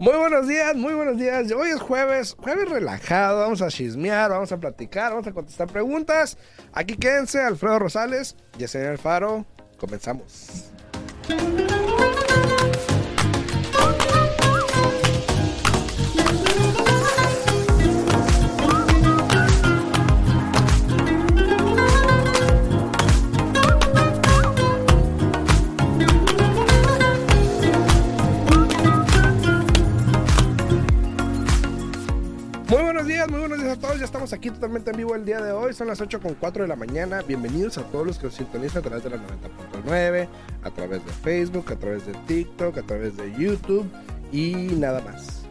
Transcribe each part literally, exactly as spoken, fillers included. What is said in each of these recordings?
Muy buenos días, muy buenos días. Hoy es jueves, jueves relajado. Vamos a chismear, vamos a platicar, vamos a contestar preguntas. Aquí quédense, Alfredo Rosales, Yesenia Alfaro. Comenzamos. Muy buenos días, muy buenos días a todos. Ya estamos aquí totalmente en vivo el día de hoy. Son las ocho con cuatro de la mañana. Bienvenidos a todos los que nos sintonizan a través de la noventa punto nueve, a través de Facebook, a través de TikTok, a través de YouTube y nada más.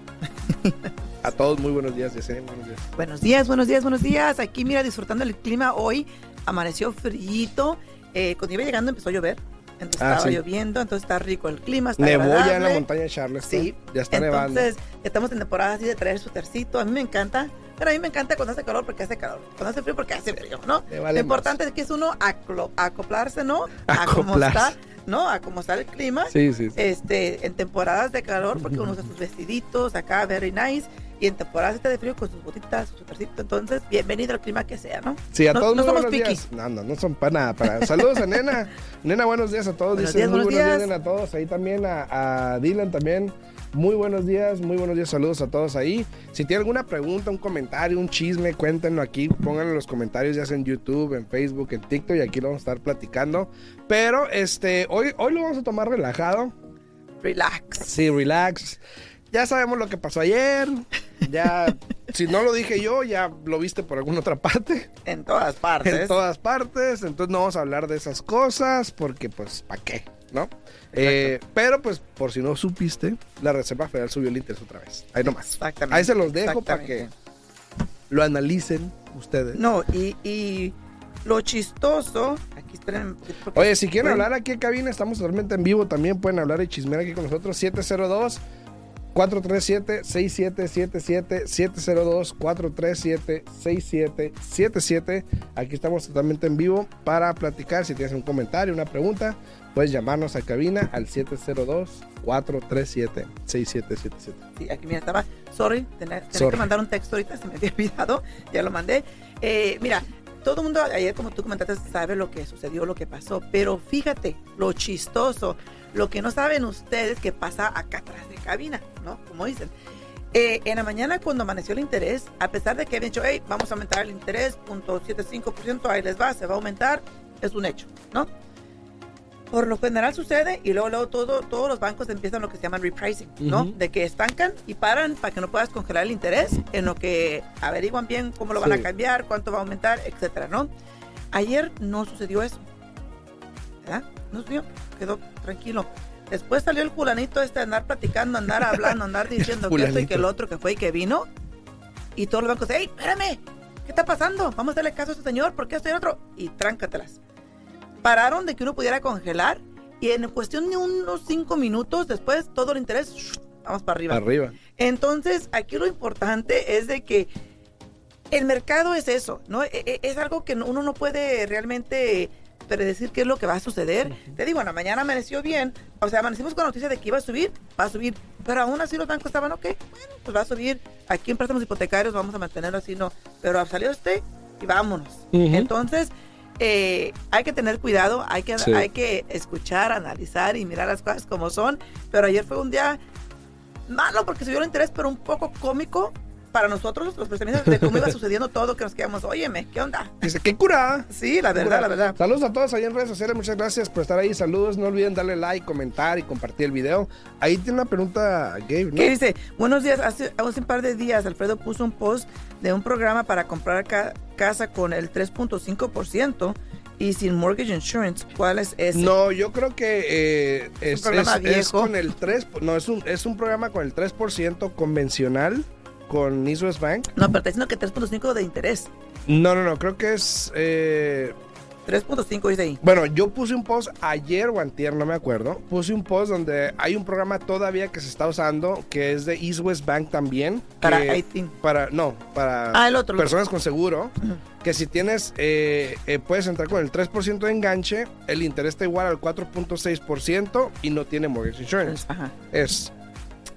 A todos muy buenos días, Yesenia, buenos días. Buenos días, buenos días, buenos días. Aquí, mira, disfrutando el clima hoy. Amaneció frío. Eh, cuando iba llegando empezó a llover. Entonces Ah, estaba sí. lloviendo, entonces está rico el clima, está Nevó agradable. ya en la montaña de Charleston. Sí. Ya está Entonces, nevando. estamos en temporada así de traer suétercito. A mí me encanta, pero a mí me encanta cuando hace calor porque hace calor. Cuando hace frío porque hace frío, ¿no? Me vale Lo importante más. es que es uno aclo- acoplarse, ¿no? A cómo Acoplarse. está, ¿no? A cómo está el clima. Sí, sí, sí. Este, en temporadas de calor, porque uno usa sus vestiditos acá, very nice. Y en temporadas de frío con sus botitas, su suétercito. Entonces, bienvenido al clima que sea, ¿no? Sí, a no, todos no muy somos buenos picky. días. No, no, no son para nada. Para... Saludos a Nena. Nena, buenos días a todos. Buenos Dice, días, muy buenos buenos días, días. Nena, a todos. Ahí también a, a Dylan también. Muy buenos días, muy buenos días. Saludos a todos ahí. Si tienen alguna pregunta, un comentario, un chisme, cuéntenlo aquí. Pónganlo en los comentarios, ya sea en YouTube, en Facebook, en TikTok. Y aquí lo vamos a estar platicando. Pero este, hoy, hoy lo vamos a tomar relajado. Relax. Sí, relax. Ya sabemos lo que pasó ayer. Ya, si no lo dije yo, ya lo viste por alguna otra parte. En todas partes. En todas partes. Entonces no vamos a hablar de esas cosas porque, pues, ¿para qué? ¿No? Eh, pero, pues, por si no supiste, la Reserva Federal subió el interés otra vez. Ahí nomás. Exactamente. Ahí se los dejo para que Exactamente. lo analicen ustedes. No, y, y lo chistoso. Aquí esperen. porque- Oye, si quieren hablar aquí en cabina, estamos totalmente en vivo. También pueden hablar y chismear aquí con nosotros. siete cero dos, cuatro tres siete, seis siete siete siete. siete cero dos, cuatro tres siete, seis siete siete siete. Aquí estamos totalmente en vivo para platicar. Si tienes un comentario, una pregunta, puedes llamarnos a cabina al siete cero dos, cuatro tres siete, seis siete siete siete. Sí, aquí mira, estaba. Sorry, tenía, tenía Sorry. que mandar un texto ahorita, se me había olvidado. Ya lo mandé. Eh, mira, todo el mundo ayer, como tú comentaste, sabe lo que sucedió, lo que pasó. Pero fíjate, lo chistoso, lo que no saben ustedes que pasa acá atrás de cabina, ¿no? Como dicen. Eh, en la mañana, cuando amaneció el interés, a pesar de que habían dicho, hey, vamos a aumentar el interés, punto setenta y cinco por ciento, ahí les va, se va a aumentar, es un hecho, ¿no? Por lo general sucede y luego, luego todo, todos los bancos empiezan lo que se llama repricing, ¿no? Ujú. De que estancan y paran para que no puedas congelar el interés, en lo que averiguan bien cómo lo van Sí. a cambiar, cuánto va a aumentar, etcétera, ¿no? Ayer no sucedió eso, ¿verdad? No sucedió, quedó tranquilo. Después salió el fulanito este de andar platicando, andar hablando, andar diciendo que esto y Fulanito. que el otro, que fue y que vino. Y todos los bancos, hey, espérame, ¿qué está pasando? Vamos a hacerle caso a este señor, ¿por qué esto y otro? Y tráncatelas. Pararon de que uno pudiera congelar y en cuestión de unos cinco minutos después todo el interés, ¡shh!, vamos para arriba. Arriba. Entonces, aquí lo importante es de que el mercado es eso, ¿no? E- e- Es algo que uno no puede realmente predecir qué es lo que va a suceder. Uh-huh. Te digo, en la mañana amaneció bien, o sea, amanecimos con la noticia de que iba a subir, va a subir, pero aún así los bancos estaban, ok, bueno, pues va a subir, aquí en préstamos hipotecarios vamos a mantenerlo así, no, pero salió este y vámonos. Uh-huh. Entonces, eh, hay que tener cuidado, hay que, sí. hay que escuchar, analizar y mirar las cosas como son, pero ayer fue un día malo porque subió el interés, pero un poco cómico para nosotros, los presentadores, de cómo iba sucediendo todo, que nos quedamos, óyeme, ¿qué onda? Dice, qué curada. Sí, la verdad, la verdad. Saludos a todos ahí en redes sociales, muchas gracias por estar ahí, saludos, no olviden darle like, comentar y compartir el video. Ahí tiene una pregunta Gabe, ¿no? ¿Qué dice? Buenos días, hace, hace un par de días Alfredo puso un post de un programa para comprar ca- casa con el tres punto cinco por ciento y sin mortgage insurance. ¿Cuál es ese? No, yo creo que eh, es, es, un programa es, viejo. es con el tres, no, es un, es un programa con el tres por ciento convencional con East West Bank. No, pero está diciendo que tres punto cinco de interés. No, no, no, creo que es... Eh, tres punto cinco dice ahí. Bueno, yo puse un post ayer o antier, no me acuerdo. Puse un post donde hay un programa todavía que se está usando, que es de East West Bank también. Para que, eighteen. Para, no, para ah, el otro, personas el otro. con seguro. Uh-huh. Que si tienes, eh, eh, puedes entrar con el tres por ciento de enganche, el interés está igual al cuatro punto seis por ciento y no tiene mortgage insurance. Ajá. Es...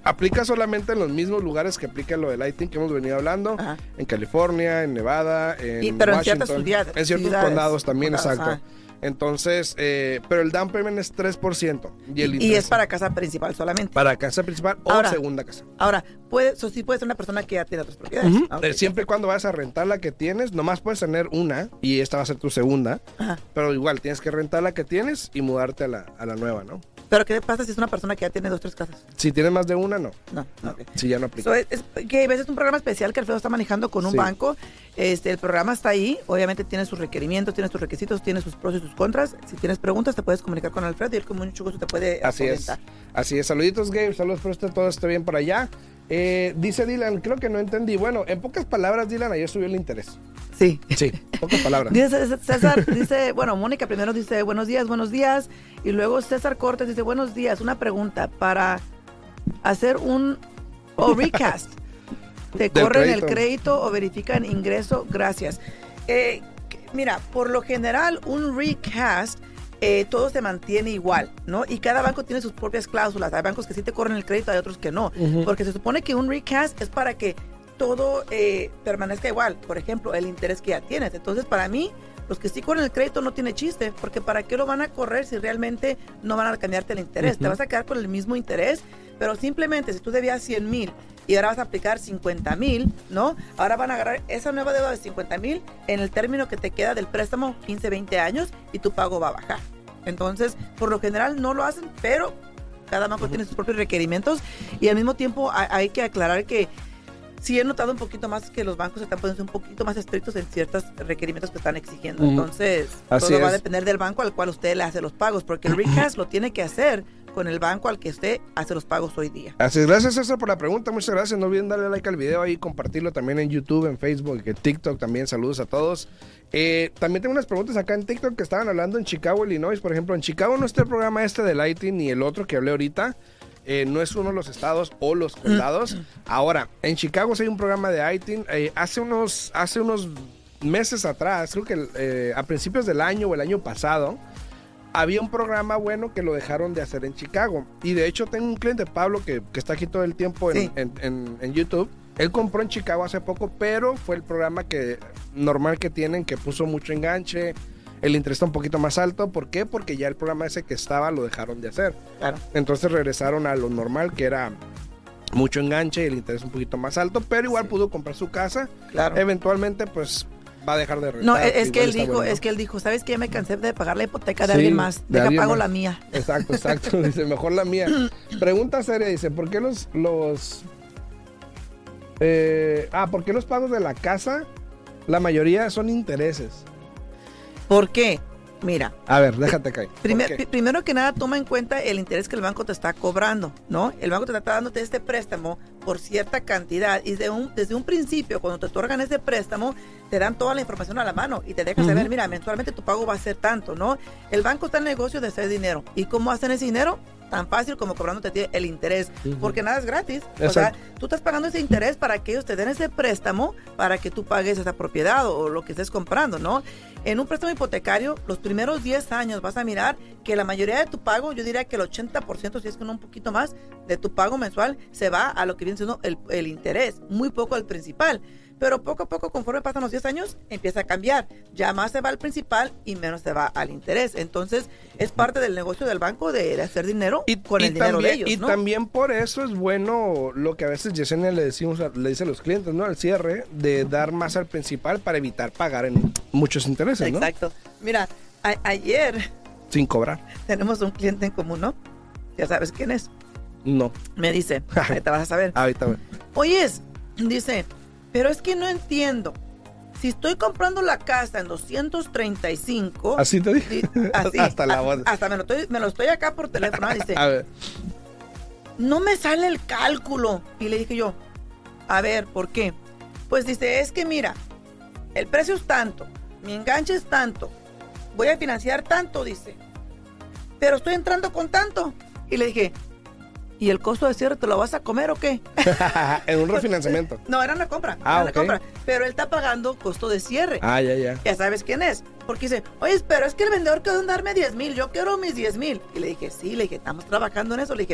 aplica solamente en los mismos lugares que aplica lo del I T I N que hemos venido hablando. Ajá. En California, en Nevada, en y, pero Washington. En ciertas ciudades, en ciertos ciudades, condados también, condados, exacto. Ajá. Entonces, eh, pero el down payment es tres por ciento. Y, el y es para casa principal solamente. Para casa principal ahora, o segunda casa. Ahora, puede, eso sí puede ser una persona que ya tiene otras propiedades. Uh-huh. Okay. Siempre y cuando vas a rentar la que tienes, nomás puedes tener una y esta va a ser tu segunda. Ajá. Pero igual, tienes que rentar la que tienes y mudarte a la, a la nueva, ¿no? Pero ¿qué pasa si es una persona que ya tiene dos, tres casas? Si tienes más de una, no. No, no. Okay. Si ya no aplica. So, es, es, que a veces es un programa especial que Alfredo está manejando con un sí. banco. Este, el programa está ahí. Obviamente tiene sus requerimientos, tiene sus requisitos, tiene sus pros y sus contras. Si tienes preguntas, te puedes comunicar con Alfredo y él con mucho gusto te puede Así comentar. es. Así es. Saluditos, Gabe. Saludos por usted. Todo esté bien por allá. Eh, dice Dylan, creo que no entendí. Bueno, en pocas palabras, Dylan, ayer subió el interés. Sí. Sí, pocas palabras. Dice César, dice, bueno, Mónica primero dice buenos días, buenos días. Y luego César Cortés dice buenos días. Una pregunta para hacer un o oh, recast. ¿Te corren el crédito o verifican ingreso? Gracias. Eh, mira, por lo general, un recast eh, todo se mantiene igual, ¿no? Y cada banco tiene sus propias cláusulas. Hay bancos que sí te corren el crédito, hay otros que no. Uh-huh. Porque se supone que un recast es para que todo eh, permanezca igual. Por ejemplo, el interés que ya tienes. Entonces, para mí, los que sí corren el crédito no tiene chiste, porque ¿para qué lo van a correr si realmente no van a cambiarte el interés? Uh-huh. Te vas a quedar con el mismo interés, pero simplemente si tú debías cien mil y ahora vas a aplicar cincuenta mil, ¿no? Ahora van a agarrar esa nueva deuda de cincuenta mil en el término que te queda del préstamo, quince, veinte años, y tu pago va a bajar. Entonces, por lo general no lo hacen, pero cada banco uh-huh. tiene sus propios requerimientos y al mismo tiempo hay, hay que aclarar que sí he notado un poquito más que los bancos están poniendo un poquito más estrictos en ciertos requerimientos que están exigiendo. Uh-huh. Entonces, Así todo es. va a depender del banco al cual usted le hace los pagos, porque el recast lo tiene que hacer con el banco al que usted hace los pagos hoy día. Así es. Gracias, César, por la pregunta. Muchas gracias. No olviden darle like al video ahí, compartirlo también en YouTube, en Facebook, en TikTok también. Saludos a todos. Eh, también tengo unas preguntas acá en TikTok que estaban hablando en Chicago, Illinois. Por ejemplo, en Chicago no está el programa este del I T I N ni el otro que hablé ahorita. Eh, no es uno de los estados o los condados. Ahora, en Chicago sí hay un programa de I T I N. Eh, hace unos hace unos meses atrás, creo que eh, a principios del año o el año pasado, había un programa bueno que lo dejaron de hacer en Chicago. Y de hecho tengo un cliente, Pablo, que, que está aquí todo el tiempo en, sí. en, en, en YouTube. Él compró en Chicago hace poco, pero fue el programa que normal que tienen, que puso mucho enganche. El interés está un poquito más alto. ¿Por qué? Porque ya el programa ese que estaba lo dejaron de hacer. Claro. Entonces regresaron a lo normal, que era mucho enganche y el interés un poquito más alto, pero igual sí. pudo comprar su casa. Claro. Eventualmente, pues, va a dejar de rentar. No, es que él dijo, bueno, ¿no? es que él dijo, ¿sabes qué? Ya me cansé de pagar la hipoteca de sí, alguien más. Deja pago más. la mía. Exacto, exacto. Dice, mejor la mía. Pregunta seria, dice, ¿por qué los... los eh, ah, ¿por qué los pagos de la casa, la mayoría son intereses? ¿Por qué? Mira. A ver, déjate caer. Primer, primero que nada, toma en cuenta el interés que el banco te está cobrando, ¿no? El banco te está dándote este préstamo por cierta cantidad y de un, desde un principio, cuando te otorgan ese préstamo, te dan toda la información a la mano y te dejan uh-huh. saber, mira, mensualmente tu pago va a ser tanto, ¿no? El banco está en el negocio de hacer dinero. ¿Y cómo hacen ese dinero? Tan fácil como cobrándote el interés, uh-huh. porque nada es gratis. Exacto. O sea, tú estás pagando ese interés para que ellos te den ese préstamo para que tú pagues esa propiedad o, o lo que estés comprando, ¿no? En un préstamo hipotecario, los primeros diez años vas a mirar que la mayoría de tu pago, yo diría que el ochenta por ciento, si es que no un poquito más, de tu pago mensual se va a lo que viene siendo el, el interés, muy poco al principal. Pero poco a poco, conforme pasan los diez años, empieza a cambiar. Ya más se va al principal y menos se va al interés. Entonces, es parte del negocio del banco de, de hacer dinero y, con y el dinero también, de ellos, y ¿no? también por eso es bueno lo que a veces Yesenia le decimos a, le dice a los clientes, ¿no? Al cierre, de dar más al principal para evitar pagar en muchos intereses, ¿no? Exacto. Mira, a, ayer... Sin cobrar. Tenemos un cliente en común, ¿no? ¿Ya sabes quién es? No. Me dice, ahorita vas a saber. Ahorita voy. Oyes, dice... Pero es que no entiendo. Si estoy comprando la casa en doscientos treinta y cinco... Así te dije. Así. hasta la voz. Hasta me lo, estoy, me lo estoy acá por teléfono. Dice, a ver. No me sale el cálculo. Y le dije yo, a ver, ¿por qué? Pues dice, es que mira, el precio es tanto, mi enganche es tanto, voy a financiar tanto, dice. Pero estoy entrando con tanto. Y le dije... ¿Y el costo de cierre te lo vas a comer o qué? En un refinanciamiento. No, era una compra. Ah, era okay. una compra. Pero él está pagando costo de cierre. Ah, ya, ya. Ya sabes quién es. Porque dice, oye, pero es que el vendedor quedó en darme diez mil. Yo quiero mis diez mil. Y le dije, sí, le dije, estamos trabajando en eso. Le dije,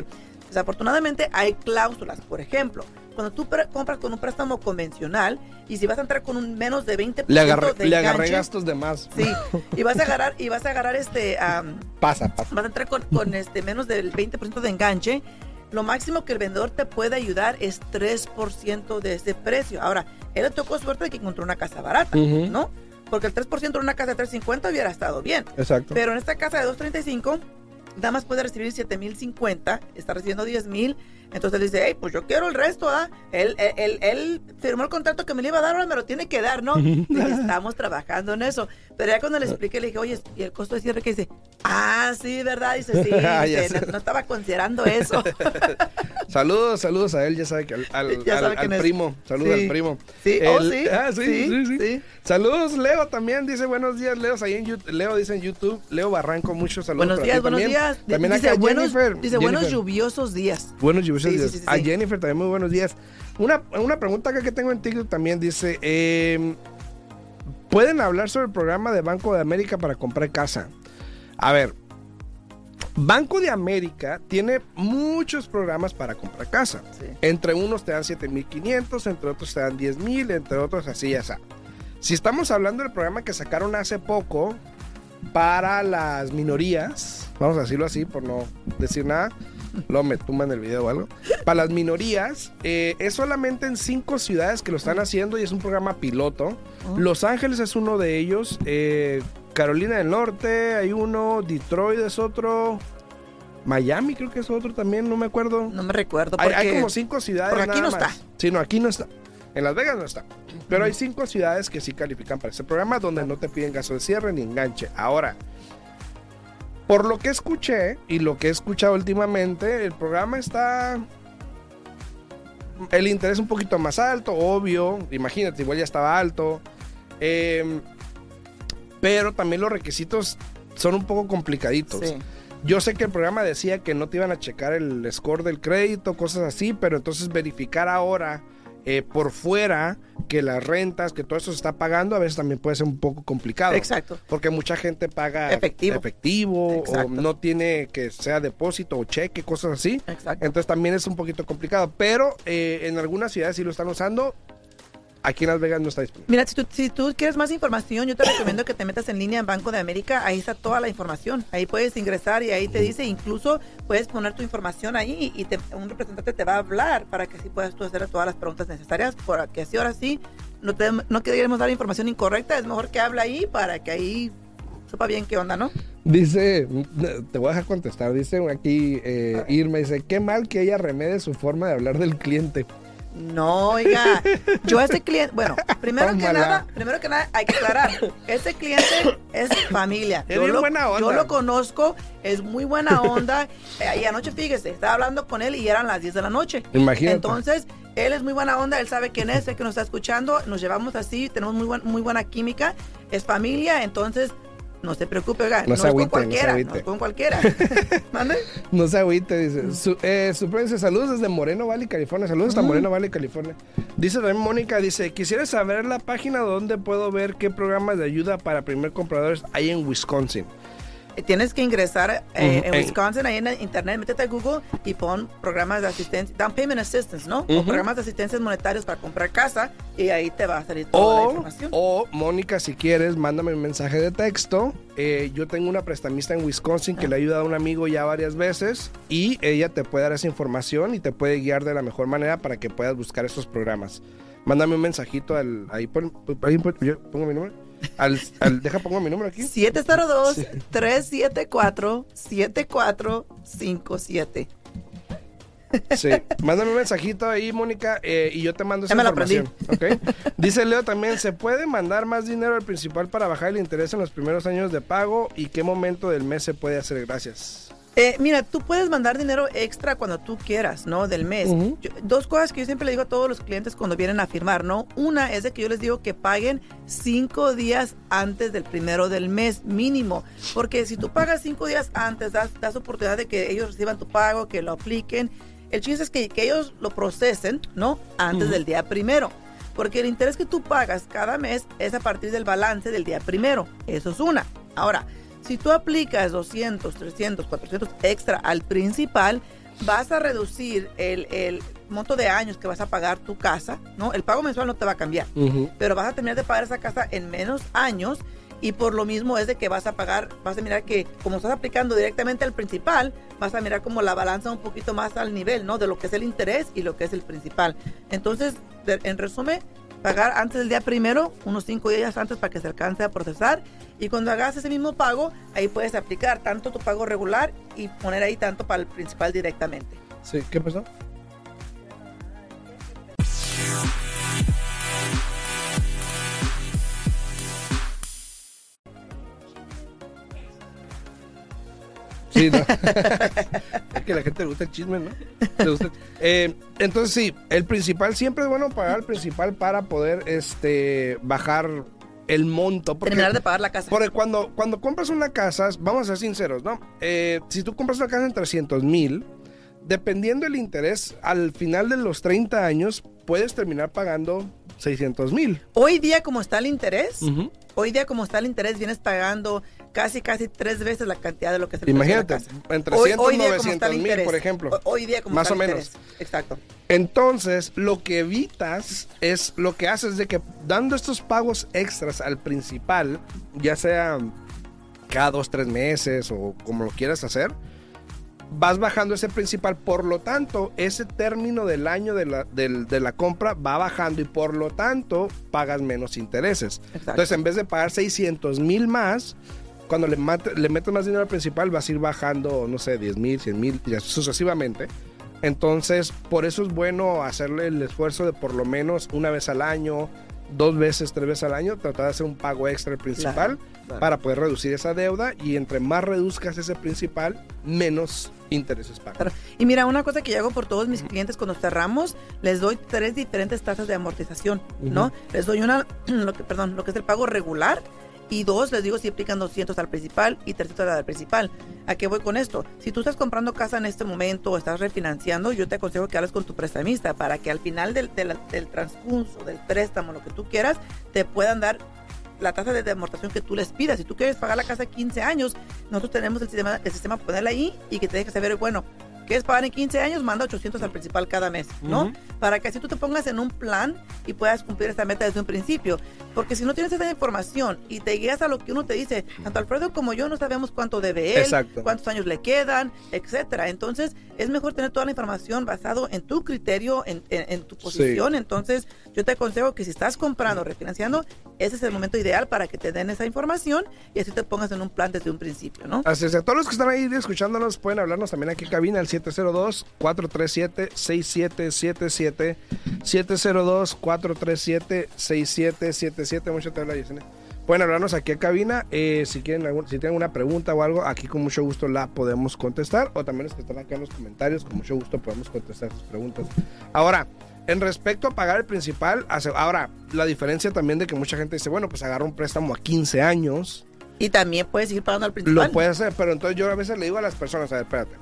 Desafortunadamente hay cláusulas. Por ejemplo, cuando tú pre- compras con un préstamo convencional y si vas a entrar con un menos de veinte por ciento Le agarré, de le agarré enganche, gastos de más. sí, y vas a agarrar, y vas a agarrar este, um, Pasa, pasa. vas a entrar con, con este menos del veinte por ciento de enganche, lo máximo que el vendedor te puede ayudar es tres por ciento de ese precio. Ahora, él le tocó suerte de que encontró una casa barata, Ujú. ¿no? Porque el tres por ciento de una casa de trescientos cincuenta hubiera estado bien. Exacto. Pero en esta casa de doscientos treinta y cinco, nada más puede recibir siete mil cincuenta, está recibiendo diez mil. Entonces él dice, hey, pues yo quiero el resto, ¿ah? Él, él, él, él firmó el contrato que me le iba a dar, ahora me lo tiene que dar, ¿no? Dije, estamos trabajando en eso. Pero ya cuando le expliqué, le dije, oye, ¿y el costo de cierre qué? Dice, ah, sí, ¿verdad? Dice, sí, Ya dice, sé. no, no estaba considerando eso. Saludos, saludos a él, ya sabe que al, al, Ya al- sabe al quién es. primo, saludos Sí. al primo. Sí, oh, El- sí. Ah, sí, sí, Sí, sí, sí. Saludos, Leo también dice buenos días, Leo, ahí en YouTube, Leo dice en YouTube, Leo Barranco, muchos saludos. Buenos para días, ti buenos también. días. También dice acá buenos, Jennifer. dice buenos Jennifer. lluviosos días. Buenos lluviosos Sí, sí, días. sí, sí, A sí. Jennifer también muy buenos días. Una, una pregunta acá que tengo en TikTok también dice, eh, ¿pueden hablar sobre el programa de Banco de América para comprar casa? A ver, Banco de América tiene muchos programas para comprar casa. Sí. Entre unos te dan siete mil quinientos, entre otros te dan diez mil, entre otros así, ya sabes. Si estamos hablando del programa que sacaron hace poco para las minorías, vamos a decirlo así por no decir nada, luego me tumban el video o algo. Para las minorías, eh, es solamente en cinco ciudades que lo están haciendo y es un programa piloto. Oh. Los Ángeles es uno de ellos, eh, Carolina del Norte hay uno, Detroit es otro, Miami creo que es otro también, no me acuerdo. No me recuerdo. Hay, Porque, hay como cinco ciudades porque aquí nada no más. está. Sí, no, aquí no está. En Las Vegas no está. Pero hay cinco ciudades que sí califican para ese programa donde no te piden gasto de cierre ni enganche. Ahora, por lo que escuché y lo que he escuchado últimamente, el programa está... El interés un poquito más alto, obvio. Imagínate, igual ya estaba alto. Eh, pero también los requisitos son un poco complicaditos. Sí. Yo sé que el programa decía que no te iban a checar el score del crédito, cosas así, pero entonces verificar ahora eh, por fuera que las rentas, que todo eso se está pagando, a veces también puede ser un poco complicado. Exacto. Porque mucha gente paga Efectivo. efectivo Exacto. o no tiene que sea depósito o cheque, cosas así. Exacto. Entonces también es un poquito complicado. Pero eh, en algunas ciudades sí lo están usando. Aquí en Las Vegas no está disponible. Mira, si tú, si tú quieres más información, yo te recomiendo que te metas en línea en Banco de América. Ahí está toda la información. Ahí puedes ingresar y ahí te dice, incluso puedes poner tu información ahí y te, un representante te va a hablar para que así puedas tú hacer todas las preguntas necesarias. Para que así ahora sí no, te, no queremos dar información incorrecta. Es mejor que hable ahí para que ahí sepa bien qué onda, ¿no? Dice, te voy a dejar contestar. Dice aquí eh, Irma, dice, qué mal que ella remede su forma de hablar del cliente. No, oiga, yo a ese cliente, bueno, primero que Tómala. nada, primero que nada hay que aclarar, ese cliente es familia. Es Yo bien lo, buena onda. yo lo conozco, es muy buena onda. Eh, y anoche, fíjese, estaba hablando con él y eran las diez de la noche. Imagínate. Entonces, él es muy buena onda, él sabe quién es, sé que nos está escuchando, nos llevamos así, tenemos muy, buen, muy buena química, es familia, entonces no se preocupe, oiga, No no, se es con agüite, no se cualquiera, no, agüite. es con cualquiera. ¿Mande? No se agüite, dice. Su, eh, Supreme, saludos desde Moreno Valley, California. Saludos hasta Moreno Valley, California. Dice también Mónica, dice, quisiera saber la página donde puedo ver qué programas de ayuda para primer compradores hay en Wisconsin. Tienes que ingresar eh, Ujú. en Wisconsin, ahí en el internet, métete a Google y pon programas de asistencia, down payment assistance, ¿no? O Ujú. programas de asistencia monetarios para comprar casa y ahí te va a salir toda la O, información. o, Mónica, si quieres, mándame un mensaje de texto. Eh, yo tengo una prestamista en Wisconsin que le ha ayudado a un amigo ya varias veces y ella te puede dar esa información y te puede guiar de la mejor manera para que puedas buscar estos programas. Mándame un mensajito al, ahí, pon, ahí pon- yo pongo mi número. Al, al- deja, pongo mi número aquí. siete cero dos, tres siete cuatro, siete cuatro cinco siete. Sí, mándame un mensajito ahí, Mónica, eh, y yo te mando esa Ya me lo información. ¿Ok? Dice Leo también, ¿se puede mandar más dinero al principal para bajar el interés en los primeros años de pago? ¿Y qué momento del mes se puede hacer? Gracias. Eh, mira, tú puedes mandar dinero extra cuando tú quieras, ¿no? Del mes. Ujú. Yo- dos cosas que yo siempre le digo a todos los clientes cuando vienen a firmar, ¿no? Una es de que yo les digo que paguen cinco días antes del primero del mes mínimo. Porque si tú pagas cinco días antes, das, das oportunidad de que ellos reciban tu pago, que lo apliquen. El chiste es que, que ellos lo procesen, ¿no? Antes Ujú. del día primero. Porque el interés que tú pagas cada mes es a partir del balance del día primero. Eso es una. Ahora, si tú aplicas doscientos, trescientos, cuatrocientos extra al principal, vas a reducir el, el monto de años que vas a pagar tu casa, ¿no? El pago mensual no te va a cambiar, uh-huh. pero vas a terminar de pagar esa casa en menos años y por lo mismo es de que vas a pagar, vas a mirar que como estás aplicando directamente al principal, vas a mirar como la balanza un poquito más al nivel, ¿no? De lo que es el interés y lo que es el principal. Entonces, de, en resumen, pagar antes del día primero, unos cinco días antes para que se alcance a procesar. Y cuando hagas ese mismo pago, ahí puedes aplicar tanto tu pago regular y poner ahí tanto para el principal directamente. Sí, ¿qué pasó? Sí, ¿no? Es que a la gente le gusta el chisme, ¿no? Le gusta. Eh, entonces sí, el principal, siempre es bueno pagar el principal para poder este, bajar el monto. Porque, terminar de pagar la casa. Porque cuando, cuando compras una casa, vamos a ser sinceros, ¿no? Eh, si tú compras una casa en trescientos mil, dependiendo del interés, al final de los treinta años, puedes terminar pagando seiscientos mil. Hoy día, como está el interés, uh-huh. hoy día, como está el interés, vienes pagando casi, casi tres veces la cantidad de lo que se le Imagínate, en trescientos, novecientos mil, por ejemplo. Hoy día, como más está o el menos. Interés. Exacto. Entonces, lo que evitas es, lo que haces de que dando estos pagos extras al principal, ya sea cada dos, tres meses o como lo quieras hacer, vas bajando ese principal, por lo tanto, ese término del año de la, de, de la compra va bajando y por lo tanto pagas menos intereses. Exacto. Entonces, en vez de pagar seiscientos mil más, cuando le, mate, le metes más dinero al principal, vas a ir bajando, no sé, diez mil, cien mil, sucesivamente. Entonces, por eso es bueno hacerle el esfuerzo de por lo menos una vez al año, dos veces, tres veces al año, tratar de hacer un pago extra al principal, claro, claro. para poder reducir esa deuda, y entre más reduzcas ese principal, menos intereses pagas. Claro. Y mira, una cosa que yo hago por todos mis clientes cuando cerramos, les doy tres diferentes tasas de amortización, uh-huh. ¿no? Les doy una, lo que, perdón, lo que es el pago regular, y dos, les digo si aplican doscientos al principal y trescientos al principal. ¿A qué voy con esto? Si tú estás comprando casa en este momento o estás refinanciando, yo te aconsejo que hables con tu prestamista para que al final del, del, del transcurso, del préstamo, lo que tú quieras, te puedan dar la tasa de amortización que tú les pidas. Si tú quieres pagar la casa quince años, nosotros tenemos el sistema, el sistema para ponerla ahí y que te deje saber, bueno, ¿quieres pagar en quince años? Manda ochocientos al principal cada mes, ¿no? Uh-huh. Para que así tú te pongas en un plan y puedas cumplir esta meta desde un principio. Porque si no tienes esa información y te guías a lo que uno te dice, tanto Alfredo como yo no sabemos cuánto debe él, Exacto. cuántos años le quedan, etcétera. Entonces, es mejor tener toda la información basado en tu criterio, en, en, en tu posición. Sí. Entonces, yo te aconsejo que si estás comprando o refinanciando, ese es el momento ideal para que te den esa información y así te pongas en un plan desde un principio, ¿no? Así es. A todos los que están ahí escuchándonos, pueden hablarnos también aquí en cabina al siete cero dos, cuatro tres siete, seis siete siete siete, siete cero dos, cuatro tres siete, seis siete siete siete. Mucho te habla, Yesenia. Pueden hablarnos aquí en cabina, eh, si quieren algún, si tienen una pregunta o algo, aquí con mucho gusto la podemos contestar, o también los que están acá en los comentarios, con mucho gusto podemos contestar sus preguntas. Ahora, en respecto a pagar el principal, ahora, la diferencia también de que mucha gente dice, bueno, pues agarra un préstamo a quince años. Y también puedes seguir pagando al principal. Lo puedes hacer, pero entonces yo a veces le digo a las personas, a ver, espérate.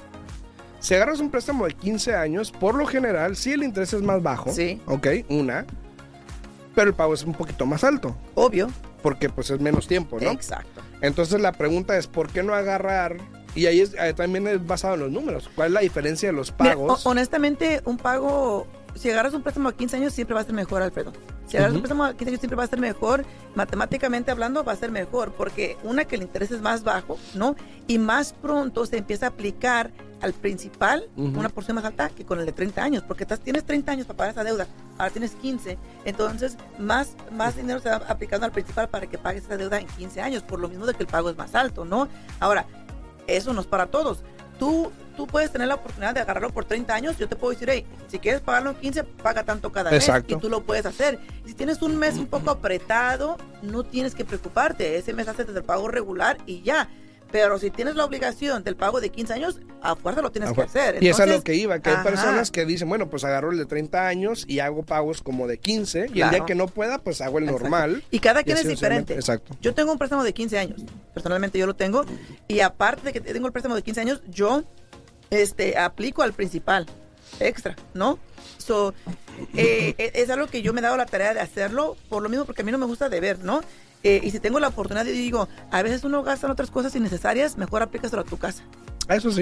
Si agarras un préstamo de quince años, por lo general, sí el interés es más bajo. Sí. Ok, una. Pero el pago es un poquito más alto. Obvio. Porque pues es menos tiempo, ¿no? Exacto. Entonces la pregunta es, ¿por qué no agarrar? Y ahí, es, ahí también es basado en los números. ¿Cuál es la diferencia de los pagos? Mira, honestamente, un pago, si agarras un préstamo a quince años, siempre va a ser mejor, Alfredo. Si agarras uh-huh. un préstamo a quince años, siempre va a ser mejor. Matemáticamente hablando, va a ser mejor. Porque una, que el interés es más bajo, ¿no? Y más pronto se empieza a aplicar al principal, uh-huh. una porción más alta que con el de treinta años, porque estás, tienes treinta años para pagar esa deuda, ahora tienes quince, entonces más, más dinero se va aplicando al principal para que pagues esa deuda en quince años, por lo mismo de que el pago es más alto, ¿no? Ahora, eso no es para todos. Tú, tú puedes tener la oportunidad de agarrarlo por treinta años, yo te puedo decir, hey, si quieres pagarlo en quince, paga tanto cada Exacto. mes, y tú lo puedes hacer. Y si tienes un mes un poco apretado, no tienes que preocuparte, ese mes haces desde el pago regular y ya. Pero si tienes la obligación del pago de quince años, a fuerza lo tienes que hacer. Entonces, y eso es lo que iba, que ajá. hay personas que dicen, bueno, pues agarro el de treinta años y hago pagos como de quince, y claro. el día que no pueda, pues hago el Exacto. normal. Y cada quien y es diferente. Exacto. Yo tengo un préstamo de quince años, personalmente yo lo tengo, y aparte de que tengo el préstamo de quince años, yo este, aplico al principal extra, ¿no? So, eh, es algo que yo me he dado la tarea de hacerlo, por lo mismo, porque a mí no me gusta deber, ¿no? Eh, y si tengo la oportunidad, yo digo, a veces uno gasta en otras cosas innecesarias, mejor aplícaselo a tu casa. Eso sí.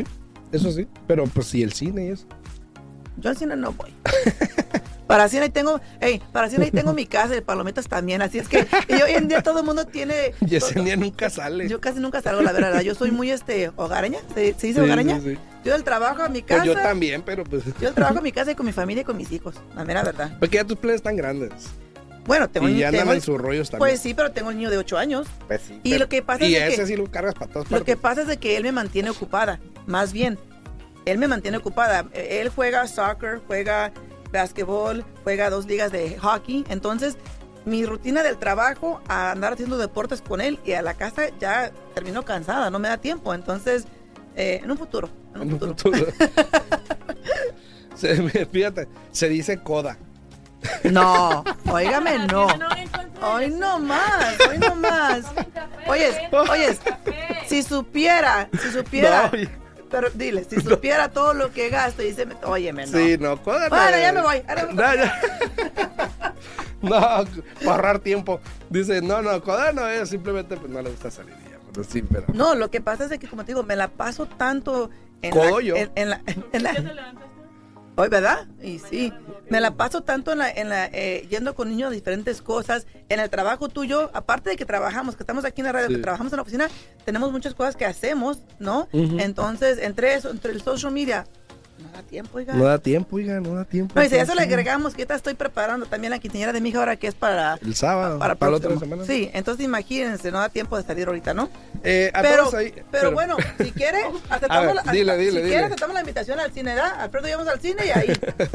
Eso sí, pero pues sí, el cine y eso. Yo al cine no voy. Para cine tengo, hey, para cine tengo mi casa de palomitas también, así es que y hoy en día todo el mundo tiene. Yesenia nunca sale. Yo casi nunca salgo, la verdad. Yo soy muy este hogareña, ¿se, se dice Sí, hogareña? sí, sí. Yo del trabajo a mi casa. Pues yo también, pero pues. Yo del trabajo a mi casa y con mi familia y con mis hijos, la mera verdad. Porque ya tus planes están grandes. Bueno, tengo Y un ya andan tengo- en sus rollos también. Pues sí, pero tengo un niño de ocho años. Pues sí, Y pero- lo que pasa y es de ese que- sí lo cargas para todas Lo partes. que pasa es de que él me mantiene ocupada, más bien. Él me mantiene ocupada. Él juega soccer, juega básquetbol, juega dos ligas de hockey. Entonces, mi rutina del trabajo a andar haciendo deportes con él y a la casa ya termino cansada, no me da tiempo. Entonces, eh, en un futuro, en un En un futuro. futuro. Se- fíjate, se dice coda. No, óigame, no. Hoy no más, hoy no más. Oyes, oyes, si supiera, si supiera, No, oye. pero dile, si supiera todo lo que gasto, dice, óyeme, no. Sí, no, coda no. Bueno, ya es. me voy. Ahora me- No, ya. No, para ahorrar tiempo. Dice, no, no, coda no es, simplemente pues no le gusta salir y ya. Pero sí, pero. No, lo que pasa es de que, como te digo, me la paso tanto en Codo la, yo. en, en la, en la- Hoy, ¿verdad? Y sí, me la paso tanto en la, en la eh, yendo con niños a diferentes cosas, en el trabajo tuyo, aparte de que trabajamos, que estamos aquí en la radio, Sí. que trabajamos en la oficina, tenemos muchas cosas que hacemos, ¿no? Ujú. Entonces, entre eso, entre el social media, no da tiempo, oiga. No da tiempo, oiga, no da tiempo. No, y si a eso le Sí. agregamos que ya estoy preparando también la quinceañera de mi hija ahora que es para... El sábado, Para, para la otra próximo. semana. Sí, entonces imagínense, no da tiempo de salir ahorita, ¿no? Eh, a Pero, todos ahí. pero, bueno, si quiere, aceptamos, A ver, la, dile, acepta- dile, si dile. quiere, aceptamos la invitación al cine, ¿da? Alfredo, íbamos al cine y ahí.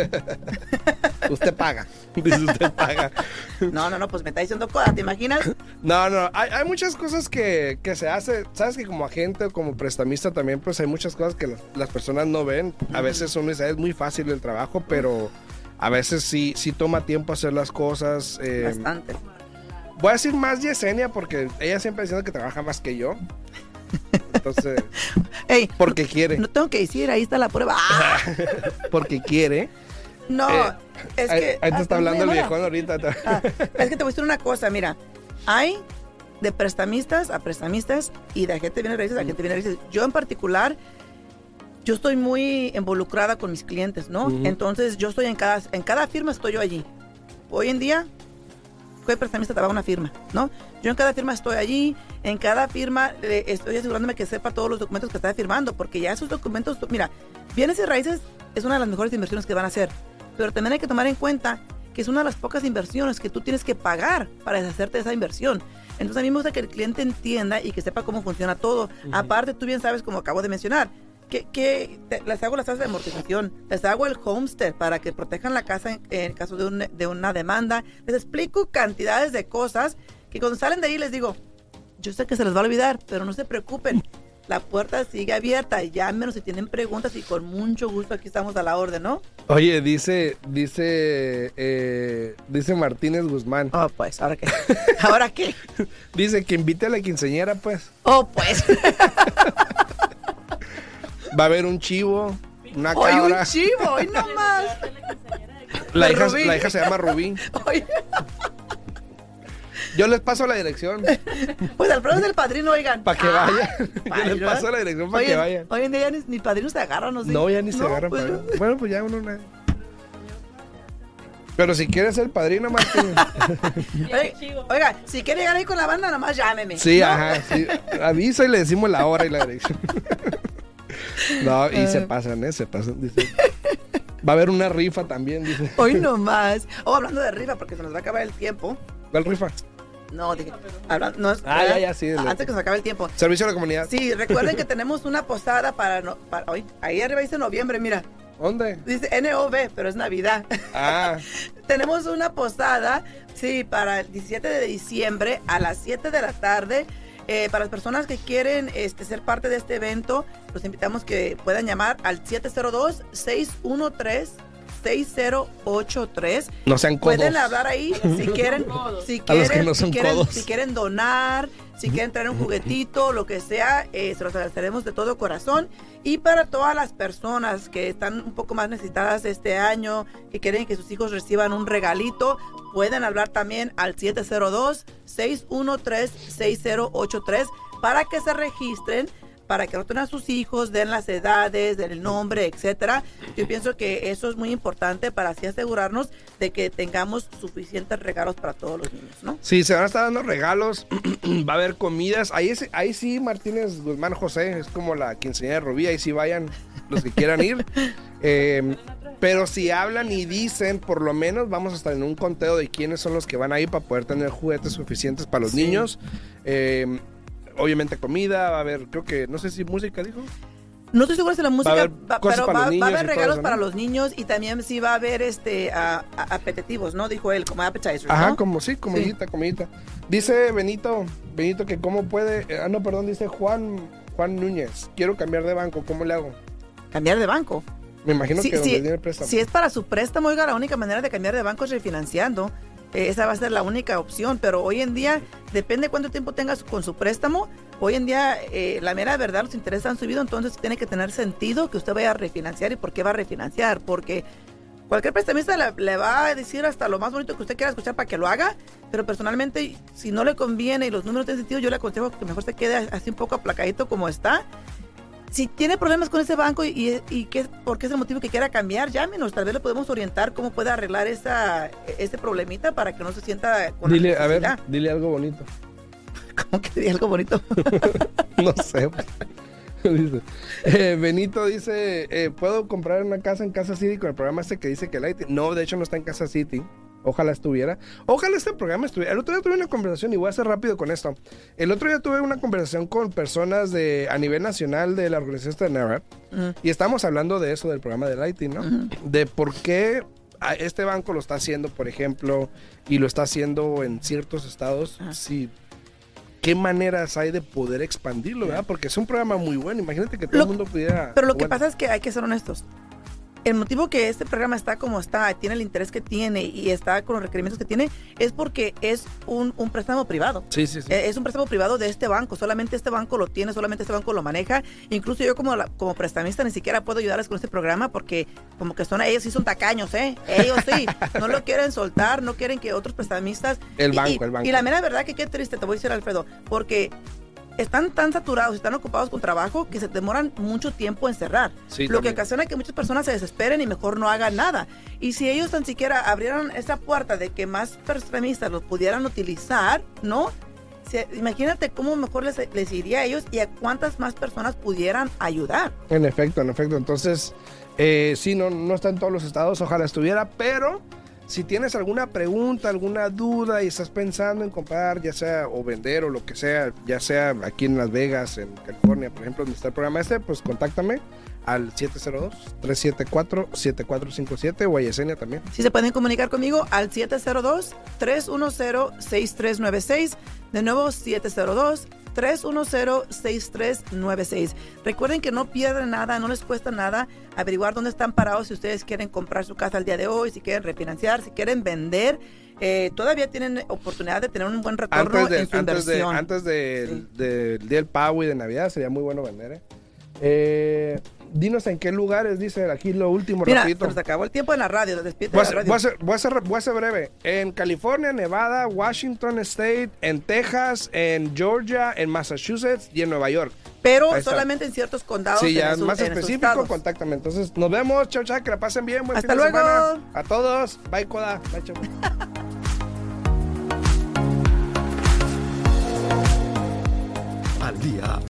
Usted paga. Dice usted paga. No, no, no, pues me está diciendo coda, ¿te imaginas? No, no, hay, hay muchas cosas que, que se hace, sabes que como agente o como prestamista también, pues hay muchas cosas que las, las personas no ven. A veces uno dice, es muy fácil el trabajo, pero a veces sí, sí toma tiempo hacer las cosas. eh, Bastante. voy a decir más Yesenia porque ella siempre diciendo que trabaja más que yo. Entonces, Ey, porque quiere, no tengo que decir, ahí está la prueba. ¡Ah! porque quiere. No, Eh, es ahí, que... ahí te ah, está hablando el mira. viejón ahorita. Ah, es que te voy a decir una cosa, mira, hay de prestamistas a prestamistas y de agente de bienes raíces a agente de bienes raíces. Yo en particular, yo estoy muy involucrada con mis clientes, ¿no? Ujú. Entonces yo estoy en cada, en cada firma estoy yo allí. Hoy en día, ¿qué prestamista trabaja una firma, no? Yo en cada firma estoy allí, en cada firma eh, estoy asegurándome que sepa todos los documentos que está firmando, porque ya esos documentos, mira, bienes y raíces es una de las mejores inversiones que van a hacer, pero también hay que tomar en cuenta que es una de las pocas inversiones que tú tienes que pagar para deshacerte de esa inversión. Entonces a mí me gusta que el cliente entienda y que sepa cómo funciona todo. Uh-huh. Aparte, tú bien sabes, como acabo de mencionar, que, que te, les hago las tasas de amortización, les hago el homestead para que protejan la casa en, en caso de, un, de una demanda. Les explico cantidades de cosas que cuando salen de ahí les digo, yo sé que se les va a olvidar, pero no se preocupen. La puerta sigue abierta, llámenos si tienen preguntas y con mucho gusto aquí estamos a la orden, ¿no? Oye, dice, dice, eh, dice Martínez Guzmán. Oh, pues, ¿ahora qué? ¿Ahora qué? Dice que invite a la quinceañera, pues. Oh, pues. Va a haber un chivo, una Hoy cabra. un chivo, hoy nomás. La De hija, Rubí. la hija se llama Rubí. Hoy- Yo les paso la dirección Pues Alfredo es el padrino, oigan. para que Ah, vayan. Yo les paso la dirección para Hoy que en- vayan. Hoy en día ni, ni padrinos se agarran, ¿no? ¿Sí? No, ya ni se agarran. pues, para- Bueno, pues ya uno. no- Pero si quieres ser padrino, Martín. Oiga, oiga, si quiere llegar ahí con la banda, nomás llámeme. Sí, ¿no? ajá. Sí. Avisa y le decimos la hora y la dirección. No, y se pasan, ¿eh? Se pasan. Dice. Va a haber una rifa también, dice. Hoy nomás. Oh, hablando de rifa, porque se nos va a acabar el tiempo. ¿Cuál rifa? No, dije, habla- no es- Ah, ya, ya, sí, dile. Antes que se acabe el tiempo. Servicio a la comunidad. Sí, recuerden que tenemos una posada para, no, para hoy. Ahí arriba dice noviembre, mira. ¿Dónde? Dice N O V, pero es Navidad. Ah, Tenemos una posada, sí, para el diecisiete de diciembre a las siete de la tarde. Eh, para las personas que quieren este, ser parte de este evento, los invitamos que puedan llamar al siete cero dos, seis uno tres, seis cero ocho tres. no sean codos. Pueden hablar ahí si quieren, si A los que quieren, no son si quieren, codos. si quieren donar, si quieren traer un juguetito, lo que sea, eh, se los agradeceremos de todo corazón. Y para todas las personas que están un poco más necesitadas este año, que quieren que sus hijos reciban un regalito, pueden hablar también al siete cero dos, seis uno tres, seis cero ocho tres para que se registren. para que anoten a sus hijos, den las edades, den el nombre, etcétera. Yo pienso que eso es muy importante para así asegurarnos de que tengamos suficientes regalos para todos los niños, ¿no? Sí, se van a estar dando regalos, va a haber comidas. Ahí, es, ahí sí, Martínez Guzmán José, es como la quinceañera de Rubí, ahí sí vayan los que quieran ir. Eh, pero si hablan y dicen, por lo menos vamos a estar en un conteo de quiénes son los que van a ir para poder tener juguetes suficientes para los Sí. niños. Eh, obviamente comida, va a haber, creo que, no sé si música dijo. No estoy segura si la música, Va a haber va- cosas pero para va, los niños va a y haber todo regalos eso, para ¿no? los niños y también sí va a haber este a- a- apetitivos, ¿no? Dijo él, como appetizers, Ajá, ¿no? como sí, comidita, comidita. Dice Benito, Benito que cómo puede, eh, ah no, perdón, dice Juan, Juan Núñez, quiero cambiar de banco, ¿cómo le hago? Cambiar de banco. Me imagino Sí, que donde sí, tiene el préstamo. si es para su préstamo, oiga, la única manera de cambiar de banco es refinanciando. Eh, esa va a ser la única opción, pero hoy en día, depende cuánto tiempo tengas con su préstamo, hoy en día eh, la mera verdad, los intereses han subido, entonces tiene que tener sentido que usted vaya a refinanciar. ¿Y por qué va a refinanciar? Porque cualquier prestamista le, le va a decir hasta lo más bonito que usted quiera escuchar para que lo haga, pero personalmente, si no le conviene y los números tienen sentido, yo le aconsejo que mejor se quede así un poco aplacadito como está. Si tiene problemas con ese banco y, y, y qué, por qué es el motivo que quiera cambiar, llámenos. Tal vez le podemos orientar cómo puede arreglar esa, ese problemita para que no se sienta con Dile, la a ver, necesidad. dile algo bonito. ¿Cómo que diría algo bonito? No sé. Dice, eh, Benito dice, eh, ¿puedo comprar una casa en Casa City con el programa este que dice que Lighting? No, de hecho no está en Casa City. Ojalá estuviera. Ojalá este programa estuviera. El otro día tuve una conversación y voy a ser rápido con esto. El otro día tuve una conversación con personas de a nivel nacional de la organización de NARAP Uh-huh. y estamos hablando de eso, del programa de Lighting, ¿no? Uh-huh. De por qué a- este banco lo está haciendo, por ejemplo, y lo está haciendo en ciertos estados. Uh-huh. Sí. ¿Qué maneras hay de poder expandirlo, verdad? Porque es un programa muy bueno. Imagínate que todo Lo- el mundo pudiera... Pero lo que bueno, pasa es que hay que ser honestos. El motivo que este programa está como está, tiene el interés que tiene y está con los requerimientos que tiene, es porque es un, un préstamo privado. Sí, sí, sí. Eh, Es un préstamo privado de este banco, solamente este banco lo tiene, solamente este banco lo maneja. Incluso yo como, la- como prestamista ni siquiera puedo ayudarles con este programa porque como que son, ellos sí son tacaños, ¿eh? Ellos sí, no lo quieren soltar, no quieren que otros prestamistas... El y- banco, y, el banco. Y la mera verdad que qué triste, te voy a decir, Alfredo, porque están tan saturados, están ocupados con trabajo que se demoran mucho tiempo en cerrar. Sí, lo que también. ocasiona que muchas personas se desesperen y mejor no hagan nada. Y si ellos tan siquiera abrieran esa puerta de que más prestamistas los pudieran utilizar, ¿no? Se- imagínate cómo mejor les, les iría a ellos y a cuántas más personas pudieran ayudar. En efecto, en efecto. Entonces, eh, sí, no, no está en todos los estados, ojalá estuviera, pero si tienes alguna pregunta, alguna duda y estás pensando en comprar, ya sea o vender o lo que sea, ya sea aquí en Las Vegas, en California, por ejemplo, donde está el programa este, pues contáctame al siete cero dos, tres siete cuatro, siete cuatro cinco siete o a Yesenia también. Si se pueden comunicar conmigo al siete cero dos, tres uno cero, seis tres nueve seis. De nuevo, siete cero dos, tres uno cero, seis tres nueve seis. Recuerden que no pierden nada, no les cuesta nada averiguar dónde están parados si ustedes quieren comprar su casa el día de hoy, si quieren refinanciar, si quieren vender. Eh, todavía tienen oportunidad de tener un buen retorno Antes, de, en su antes, de, inversión. antes de- Sí. del día del pago y de Navidad sería muy bueno vender, ¿eh? Eh, dinos en qué lugares, dice aquí lo último, Mira, rapidito. se nos acabó el tiempo en la radio, despídete Voy a, de la ser, radio. voy, a ser, voy, a ser, voy a ser breve. En California, Nevada, Washington State, en Texas, en Georgia, en Massachusetts y en Nueva York. Pero Ahí está. solamente en ciertos condados. Sí, en ya esos- más en esos específico, estados. contáctame. Entonces, nos vemos. Chao, chao, que la pasen bien. Buen Hasta fin de luego. semana. A todos. Bye, Coda. Bye, chao. Al día